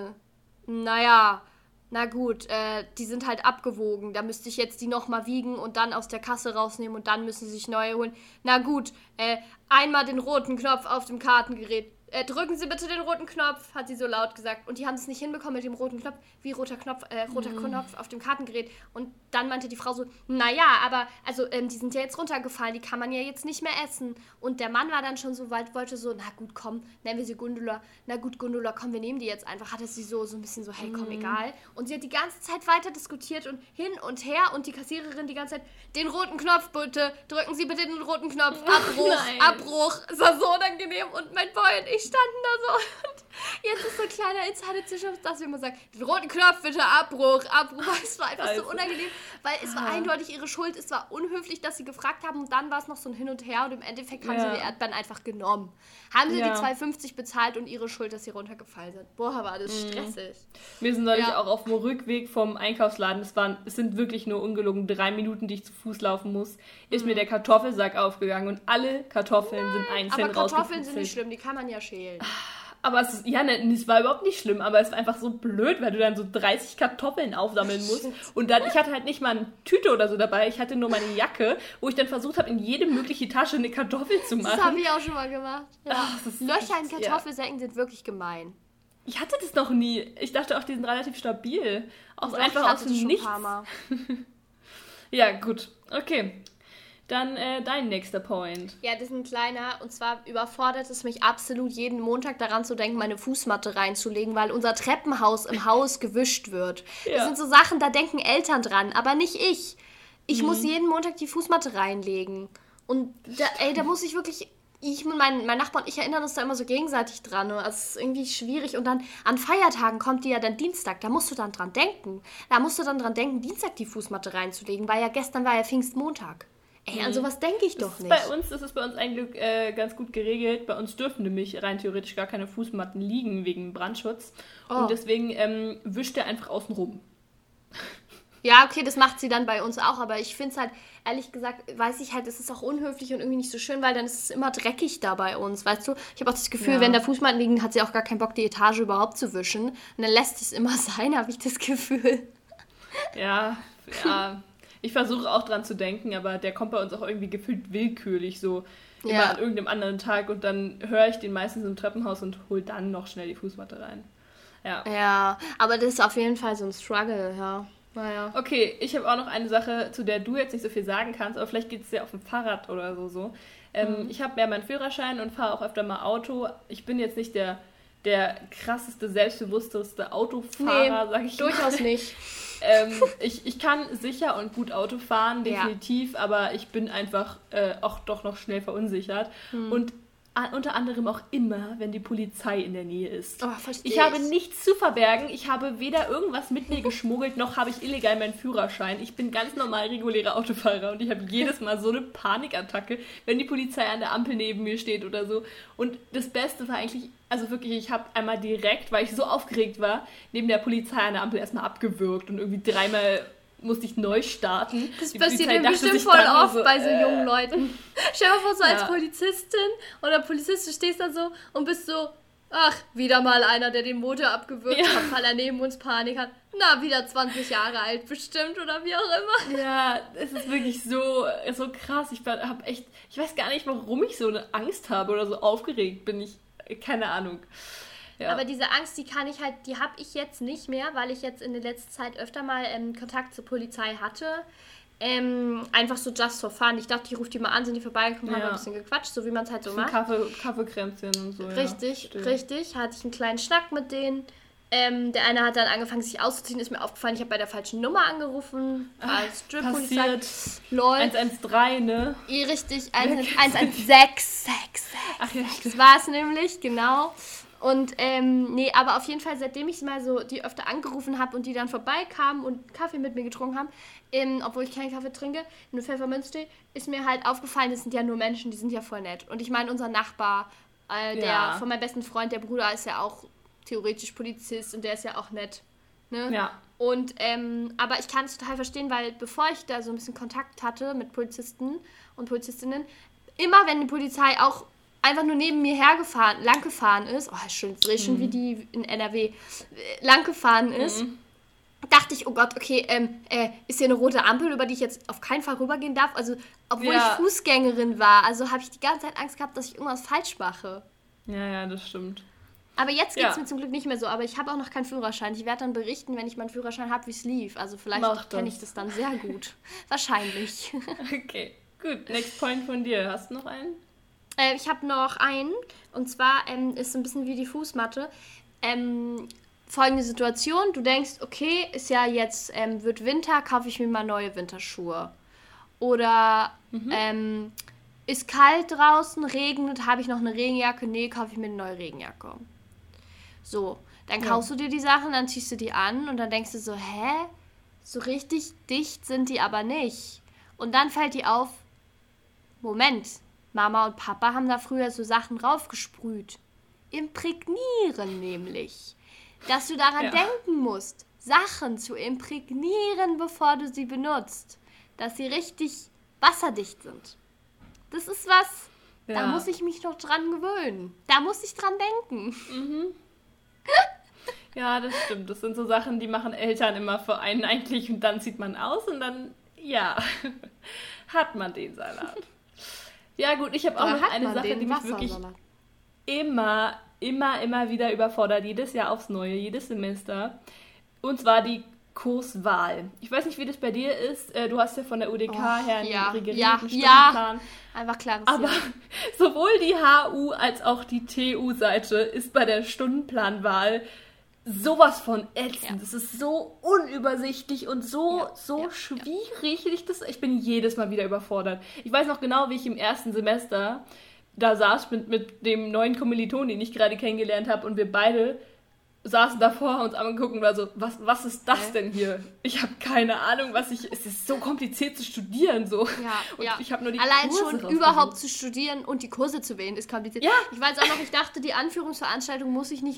na gut, die sind halt abgewogen. Da müsste ich jetzt die nochmal wiegen und dann aus der Kasse rausnehmen und dann müssen sie sich neue holen. Na gut, einmal den roten Knopf auf dem Kartengerät drücken Sie bitte den roten Knopf, hat sie so laut gesagt. Und die haben es nicht hinbekommen mit dem roten Knopf, wie roter Knopf auf dem Kartengerät. Und dann meinte die Frau so, naja, aber also die sind ja jetzt runtergefallen, die kann man ja jetzt nicht mehr essen. Und der Mann war dann schon so weit, wollte so, na gut, komm, nennen wir sie Gundula. Na gut, Gundula, komm, wir nehmen die jetzt einfach. Hatte sie so ein bisschen so, hey, komm, egal. Und sie hat die ganze Zeit weiter diskutiert und hin und her. Und die Kassiererin die ganze Zeit, den roten Knopf bitte, drücken Sie bitte den roten Knopf, Abbruch. Es war so unangenehm. Und mein Boy und ich standen da so. Und jetzt ist so ein kleiner Insider zwischen uns, dass wir immer sagen, den roten Knopf bitte, Abbruch. Es war einfach so unangenehm, weil es war eindeutig ihre Schuld. Es war unhöflich, dass sie gefragt haben. Und dann war es noch so ein Hin und Her. Und im Endeffekt haben sie die Erdbeeren einfach genommen. Haben sie die 2,50 bezahlt und ihre Schuld, dass sie runtergefallen sind. Boah, war das stressig. Wir sind neulich auch auf dem Rückweg vom Einkaufsladen. Es sind wirklich nur ungelogen 3 Minuten, die ich zu Fuß laufen muss. Ist mir der Kartoffelsack aufgegangen und alle Kartoffeln sind einzeln rausgeputzelt. Aber Kartoffeln sind nicht schlimm, die kann man ja schälen. Aber es war überhaupt nicht schlimm, aber es war einfach so blöd, weil du dann so 30 Kartoffeln aufsammeln musst. Und dann, ich hatte halt nicht mal eine Tüte oder so dabei, ich hatte nur meine Jacke, wo ich dann versucht habe, in jede mögliche Tasche eine Kartoffel zu machen. Das habe ich auch schon mal gemacht. Ja. Löcher in Kartoffelsäcken sind wirklich gemein. Ich hatte das noch nie. Ich dachte auch, die sind relativ stabil. Auch einfach aus dem Nichts. Ja, gut. Okay. Dann dein nächster Point. Ja, das ist ein kleiner. Und zwar überfordert es mich absolut, jeden Montag daran zu denken, meine Fußmatte reinzulegen, weil unser Treppenhaus im Haus gewischt wird. Ja. Das sind so Sachen, da denken Eltern dran, aber nicht ich. Ich muss jeden Montag die Fußmatte reinlegen. Und da muss ich wirklich... mein Nachbar und ich erinnern uns da immer so gegenseitig dran. Also es ist irgendwie schwierig. Und dann an Feiertagen kommt die ja dann Dienstag. Da musst du dann dran denken. Dienstag die Fußmatte reinzulegen, weil ja gestern war ja Pfingstmontag. An sowas denke ich doch nicht. Das ist bei uns eigentlich ganz gut geregelt. Bei uns dürfen nämlich rein theoretisch gar keine Fußmatten liegen wegen Brandschutz. Oh. Und deswegen wischt er einfach außen rum. Ja, okay, das macht sie dann bei uns auch, aber ich finde es halt, ehrlich gesagt, weiß ich halt, es ist auch unhöflich und irgendwie nicht so schön, weil dann ist es immer dreckig da bei uns, weißt du? Ich habe auch das Gefühl, wenn da Fußmatten liegen, hat sie auch gar keinen Bock, die Etage überhaupt zu wischen. Und dann lässt es immer sein, habe ich das Gefühl. Ja. Ich versuche auch dran zu denken, aber der kommt bei uns auch irgendwie gefühlt willkürlich so immer an irgendeinem anderen Tag und dann höre ich den meistens im Treppenhaus und hole dann noch schnell die Fußmatte rein. Ja, aber das ist auf jeden Fall so ein Struggle, ja. Naja. Okay, ich habe auch noch eine Sache, zu der du jetzt nicht so viel sagen kannst, aber vielleicht geht es dir auf dem Fahrrad oder so. Ich habe ja meinen Führerschein und fahre auch öfter mal Auto. Ich bin jetzt nicht der krasseste, selbstbewussteste Autofahrer, sag ich durchaus nicht. Ich kann sicher und gut Auto fahren, definitiv, aber ich bin einfach auch doch noch schnell verunsichert. Und unter anderem auch immer, wenn die Polizei in der Nähe ist. Oh, verstehe ich habe nichts zu verbergen. Ich habe weder irgendwas mit mir geschmuggelt, noch habe ich illegal meinen Führerschein. Ich bin ganz normal regulärer Autofahrer und ich habe jedes Mal so eine Panikattacke, wenn die Polizei an der Ampel neben mir steht oder so. Und das Beste war eigentlich, also wirklich, ich habe einmal direkt, weil ich so aufgeregt war, neben der Polizei an der Ampel erstmal abgewürgt und irgendwie 3-mal musste ich neu starten. Das passiert mir bestimmt voll oft bei so jungen Leuten. Stell dir mal vor, so als Polizistin oder Polizist, du stehst da so und bist so, ach, wieder mal einer, der den Motor abgewürgt hat, weil er neben uns Panik hat. Na, wieder 20 Jahre alt bestimmt oder wie auch immer. Ja, es ist wirklich so krass. Ich weiß gar nicht, warum ich so eine Angst habe oder so aufgeregt bin. Keine Ahnung. Ja. Aber diese Angst, die habe ich jetzt nicht mehr, weil ich jetzt in der letzten Zeit öfter mal Kontakt zur Polizei hatte. Einfach so just for fun. Ich dachte, ich rufe die mal an, sind die vorbeigekommen, haben ein bisschen gequatscht, so wie man es halt so macht. Kaffeekränzchen und so. Richtig. Hatte ich einen kleinen Schnack mit denen. Der eine hat dann angefangen, sich auszuziehen, ist mir aufgefallen, ich habe bei der falschen Nummer angerufen. Als Strip-Polizei. LOL. 113, ne? Ja, richtig, 116. Ach ja, das war es nämlich, genau. Und aber auf jeden Fall, seitdem ich mal so die öfter angerufen habe und die dann vorbeikamen und Kaffee mit mir getrunken haben, obwohl ich keinen Kaffee trinke, nur Pfefferminztee, ist mir halt aufgefallen, das sind ja nur Menschen, die sind ja voll nett. Und ich meine, unser Nachbar, der von meinem besten Freund, der Bruder, ist ja auch theoretisch Polizist und der ist ja auch nett. Ne? Ja. Und, aber ich kann es total verstehen, weil bevor ich da so ein bisschen Kontakt hatte mit Polizisten und Polizistinnen, immer wenn die Polizei auch einfach nur neben mir lang gefahren ist, schon wie die in NRW, lang gefahren ist, dachte ich, oh Gott, okay, ist hier eine rote Ampel, über die ich jetzt auf keinen Fall rübergehen darf? Also, obwohl ich Fußgängerin war, also habe ich die ganze Zeit Angst gehabt, dass ich irgendwas falsch mache. Ja, das stimmt. Aber jetzt geht es mir zum Glück nicht mehr so. Aber ich habe auch noch keinen Führerschein. Ich werde dann berichten, wenn ich meinen Führerschein habe, wie es lief. Also vielleicht kenne ich das dann sehr gut. Wahrscheinlich. Okay, gut. Next point von dir. Hast du noch einen? Ich habe noch einen. Und zwar ist so ein bisschen wie die Fußmatte. Folgende Situation. Du denkst, okay, ist ja jetzt, wird Winter, kaufe ich mir mal neue Winterschuhe. Oder ist kalt draußen, regnet, habe ich noch eine Regenjacke? Nee, kaufe ich mir eine neue Regenjacke. So, dann kaufst du dir die Sachen, dann ziehst du die an und dann denkst du so, hä? So richtig dicht sind die aber nicht. Und dann fällt dir auf, Moment, Mama und Papa haben da früher so Sachen raufgesprüht. Imprägnieren nämlich. Dass du daran denken musst, Sachen zu imprägnieren, bevor du sie benutzt. Dass sie richtig wasserdicht sind. Das ist was, da muss ich mich noch dran gewöhnen. Da muss ich dran denken. Mhm. Ja, das stimmt. Das sind so Sachen, die machen Eltern immer für einen eigentlich und dann zieht man aus und dann, hat man den Salat. Ja gut, ich habe auch noch eine Sache, die mich wirklich immer wieder überfordert. Jedes Jahr aufs Neue, jedes Semester. Und zwar die Kurswahl. Ich weiß nicht, wie das bei dir ist. Du hast ja von der UDK her einen regulierten Stundenplan. Einfach klar. Aber sowohl die HU als auch die TU-Seite ist bei der Stundenplanwahl sowas von ätzend. Das ist so unübersichtlich und so schwierig. Ich bin jedes Mal wieder überfordert. Ich weiß noch genau, wie ich im ersten Semester da saß mit dem neuen Kommiliton, den ich gerade kennengelernt habe, und wir beide saßen davor, uns angeguckt und war so, was ist das denn hier? Ich habe keine Ahnung, es ist so kompliziert zu studieren, so. Und ich habe nur die allein Kurse schon überhaupt zu studieren und die Kurse zu wählen, ist kompliziert. Ja. Ich weiß auch noch, ich dachte, die Anführungsveranstaltung müsste ich nicht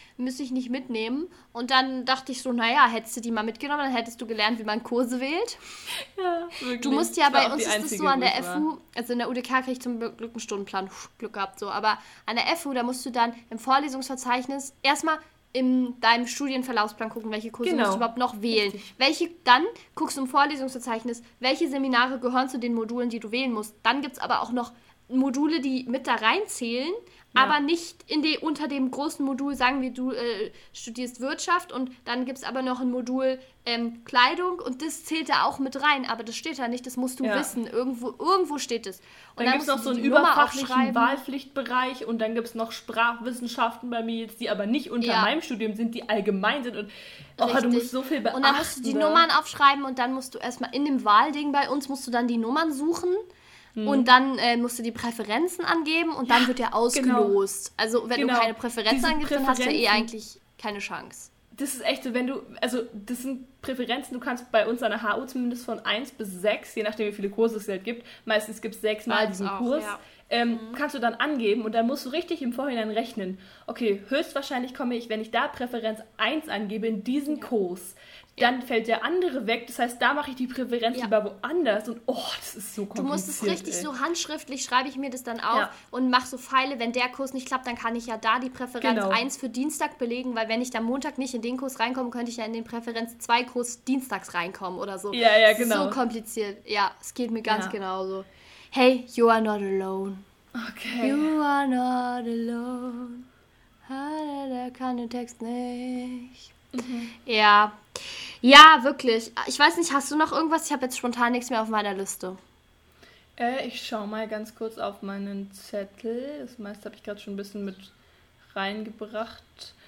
mitnehmen. Und dann dachte ich so, naja, hättest du die mal mitgenommen, dann hättest du gelernt, wie man Kurse wählt. Ja, wirklich. Du musst ja, bei uns ist das so an der FU, also in der UDK kriege ich zum Glück einen Stundenplan, Glück gehabt, so. Aber an der FU, da musst du dann im Vorlesungsverzeichnis erstmal in deinem Studienverlaufsplan gucken, welche Kurse musst du überhaupt noch wählen. Dann guckst du im Vorlesungsverzeichnis, welche Seminare gehören zu den Modulen, die du wählen musst. Dann gibt es aber auch noch Module, die mit da reinzählen, aber nicht unter dem großen Modul, sagen wir, du studierst Wirtschaft und dann gibt es aber noch ein Modul Kleidung und das zählt da auch mit rein, aber das steht da nicht, das musst du wissen. Irgendwo steht es. Und dann gibt es noch so einen überfachlichen Wahlpflichtbereich und dann gibt es noch Sprachwissenschaften bei mir jetzt, die aber nicht unter meinem Studium sind, die allgemein sind und du musst so viel beachten. Und dann musst du die Nummern aufschreiben und dann musst du erstmal in dem Wahlding bei uns, musst du dann die Nummern suchen. Und dann musst du die Präferenzen angeben und dann wird der ausgelost. Genau. Also wenn du keine Präferenzen angibst, dann hast du eigentlich keine Chance. Das ist echt so, das sind Präferenzen, du kannst bei uns an der HU zumindest von 1 bis 6, je nachdem wie viele Kurse es halt gibt, meistens gibt es 6 Mal diesen Kurs, kannst du dann angeben und dann musst du richtig im Vorhinein rechnen. Okay, höchstwahrscheinlich komme ich, wenn ich da Präferenz 1 angebe, in diesen Kurs. Dann fällt der andere weg, das heißt, da mache ich die Präferenz lieber woanders und das ist so kompliziert. Du musst es richtig so handschriftlich, schreibe ich mir das dann auf und mache so Pfeile, wenn der Kurs nicht klappt, dann kann ich ja da die Präferenz 1 für Dienstag belegen, weil wenn ich dann Montag nicht in den Kurs reinkomme, könnte ich ja in den Präferenz 2 Kurs dienstags reinkommen oder so. Ja, genau. So kompliziert. Ja, es geht mir ganz genauso. Hey, you are not alone. Okay. You are not alone. Der kann den Text nicht. Ja, wirklich. Ich weiß nicht, hast du noch irgendwas? Ich habe jetzt spontan nichts mehr auf meiner Liste. Ich schaue mal ganz kurz auf meinen Zettel. Das meiste habe ich gerade schon ein bisschen mit reingebracht.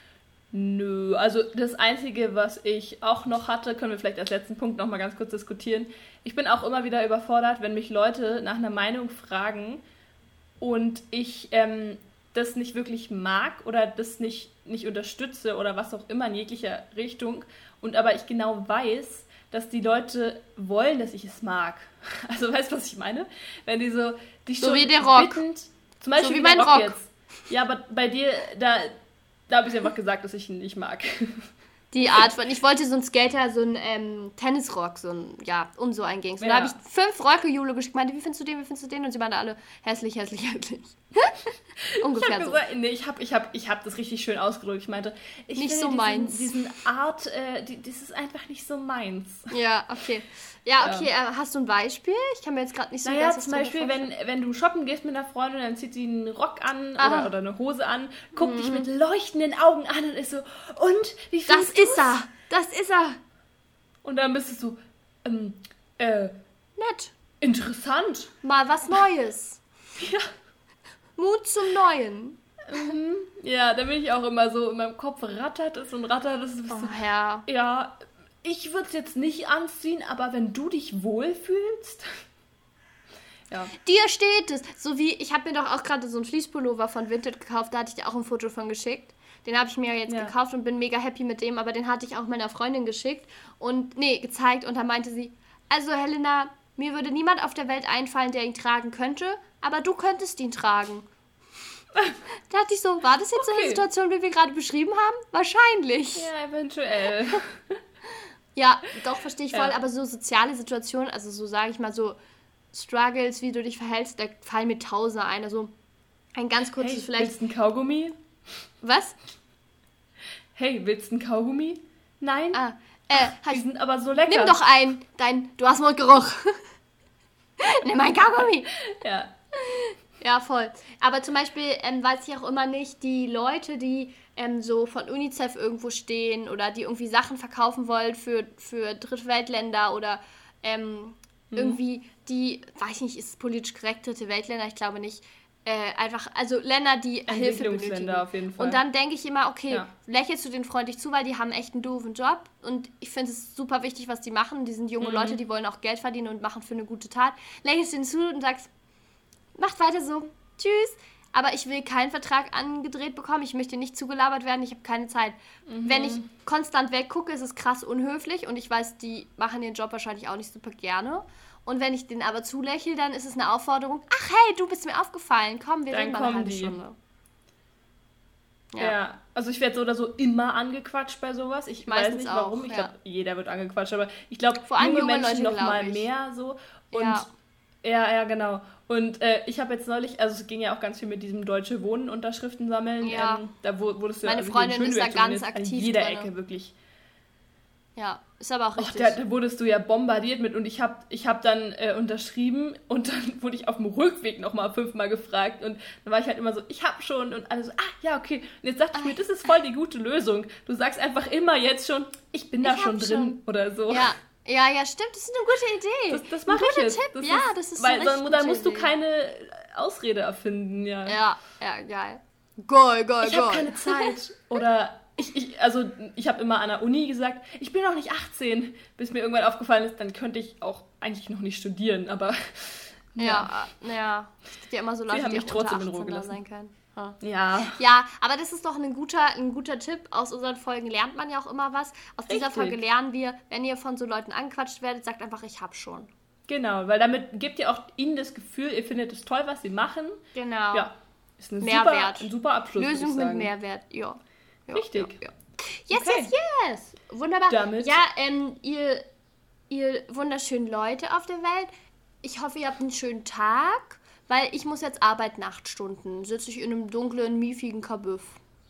Nö, also das Einzige, was ich auch noch hatte, können wir vielleicht als letzten Punkt noch mal ganz kurz diskutieren. Ich bin auch immer wieder überfordert, wenn mich Leute nach einer Meinung fragen und ich das nicht wirklich mag oder das nicht unterstütze oder was auch immer in jeglicher Richtung aber ich genau weiß, dass die Leute wollen, dass ich es mag. Also weißt du, was ich meine? Wenn die so so wie der Rock. Bittend, zum Beispiel so wie mein Rock jetzt. Ja, aber bei dir, da habe ich einfach gesagt, dass ich ihn nicht mag. Die Art von, ich wollte so einen Skater, so einen Tennisrock, so ein, und so ein Gangster. Da habe ich 5 Röcke Jule geschickt, meinte, wie findest du den? Und sie meinte alle, hässlich. Ungefähr so. Ich hab das richtig schön ausgedrückt. Ich meinte, ich nicht so meins. Diesen Art, das ist einfach nicht so meins. Ja, okay. Ja, okay, hast du ein Beispiel? Ich kann mir jetzt gerade nicht so ganz zum Beispiel, wenn du shoppen gehst mit einer Freundin, dann zieht sie einen Rock an oder eine Hose an, guckt dich mit leuchtenden Augen an und ist so, und, wie findest du's? Das ist er! Und dann bist du so, nett. Interessant. Mal was Neues. Ja. Mut zum Neuen. Ja, da bin ich auch immer so, in meinem Kopf rattert es. Ja, ich würde es jetzt nicht anziehen, aber wenn du dich wohlfühlst. Ja. Dir steht es. So wie, ich habe mir doch auch gerade so einen Fleece-Pullover von Vinted gekauft, da hatte ich dir auch ein Foto von geschickt. Den habe ich mir jetzt gekauft und bin mega happy mit dem, aber den hatte ich auch meiner Freundin geschickt und, gezeigt und da meinte sie, also Helena, mir würde niemand auf der Welt einfallen, der ihn tragen könnte, aber du könntest ihn tragen. Da dachte ich so, war das jetzt so eine Situation, wie wir gerade beschrieben haben? Wahrscheinlich. Ja, eventuell. Ja, doch, verstehe ich voll, aber so soziale Situationen, also so sage ich mal so Struggles, wie du dich verhältst, da fallen mir Tausende ein. Also ein ganz kurzes vielleicht... Willst du einen Kaugummi? Was? Hey, willst du einen Kaugummi? Nein? Die sind aber so lecker. Nimm doch einen, du hast Mundgeruch. Nimm einen Kaugummi. Ja. Ja, voll. Aber zum Beispiel weiß ich auch immer nicht, die Leute, die so von UNICEF irgendwo stehen oder die irgendwie Sachen verkaufen wollen für Drittweltländer oder irgendwie die, weiß ich nicht, ist es politisch korrekt, Dritte Weltländer? Ich glaube nicht. Einfach, also Länder, die Hilfe benötigen. Auf jeden Fall. Und dann denke ich immer, okay, lächelst du den freundlich zu, weil die haben echt einen doofen Job und ich finde es super wichtig, was die machen. Die sind junge Leute, die wollen auch Geld verdienen und machen für eine gute Tat. Lächelst denen zu und sagst, macht weiter so, tschüss. Aber ich will keinen Vertrag angedreht bekommen, ich möchte nicht zugelabert werden, ich habe keine Zeit. Wenn ich konstant weggucke, ist es krass unhöflich und ich weiß, die machen den Job wahrscheinlich auch nicht super gerne. Und wenn ich den aber zulächle, dann ist es eine Aufforderung, ach hey, du bist mir aufgefallen, komm, wir reden mal eine halbe Stunde. Ja, also ich werde so oder so immer angequatscht bei sowas. Ich weiß nicht warum, ich glaube, jeder wird angequatscht, aber ich glaube, junge Menschen noch mal mehr so. Und ja, genau. Und ich habe jetzt neulich, also es ging ja auch ganz viel mit diesem Deutsche Wohnen Unterschriften sammeln. Ja. Da wurdest du meine Freundin ist da ganz aktiv an jeder Ecke wirklich. Ja, ist aber auch richtig. Da wurdest du ja bombardiert mit und ich hab dann unterschrieben und dann wurde ich auf dem Rückweg nochmal 5-mal gefragt und dann war ich halt immer so, ich hab schon und alle so, ja, okay. Und jetzt dachte ich mir, das ist voll die gute Lösung. Du sagst einfach immer jetzt schon, ich bin da schon drin oder so. Ja, stimmt, das ist eine gute Idee. Das mache ich jetzt. Tipp. Das ist weil so dann musst du keine Ausrede erfinden, ja. Ja, geil. Geil. Ich habe keine Zeit. Oder ich habe immer an der Uni gesagt, ich bin noch nicht 18, bis mir irgendwann aufgefallen ist, dann könnte ich auch eigentlich noch nicht studieren, aber ja. Es gibt ja immer so Leute, die auch unter 18 da sein können. Ja. Ja, aber das ist doch ein guter Tipp. Aus unseren Folgen lernt man ja auch immer was. Aus dieser Folge lernen wir, wenn ihr von so Leuten angequatscht werdet, sagt einfach, ich hab schon. Genau, weil damit gebt ihr auch ihnen das Gefühl, ihr findet es toll, was sie machen. Genau. Ja, ist ein super Abschluss, Lösung mit Mehrwert, ja. Richtig. Ja. Yes. Wunderbar. Damit. Ja, ihr wunderschönen Leute auf der Welt, ich hoffe, ihr habt einen schönen Tag. Weil ich muss jetzt arbeiten, 8 Stunden. Sitze ich in einem dunklen, miefigen Kabuff.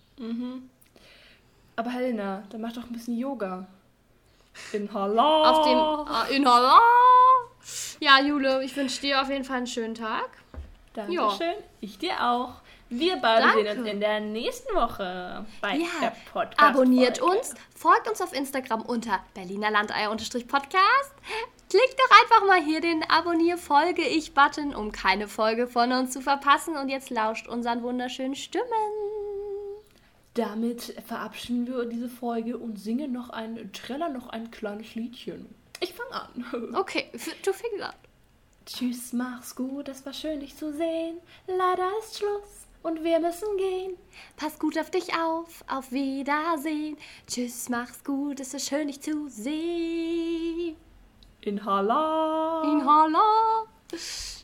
Aber Helena, dann mach doch ein bisschen Yoga. Inhala. Inhala. Ja, Jule, ich wünsche dir auf jeden Fall einen schönen Tag. Dankeschön. Ja. Ich dir auch. Wir beide sehen uns in der nächsten Woche bei der Podcast. Abonniert uns, folgt uns auf Instagram unter berlinerlandeier_podcast. Klickt doch einfach mal hier den Abonnier-Folge-Ich-Button, um keine Folge von uns zu verpassen. Und jetzt lauscht unseren wunderschönen Stimmen. Damit verabschieden wir diese Folge und trällern noch ein kleines Liedchen. Ich fange an. Okay, du fängst an. Tschüss, mach's gut, es war schön, dich zu sehen. Leider ist Schluss und wir müssen gehen. Pass gut auf dich auf Wiedersehen. Tschüss, mach's gut, es ist schön, dich zu sehen. Inhala. Inhala.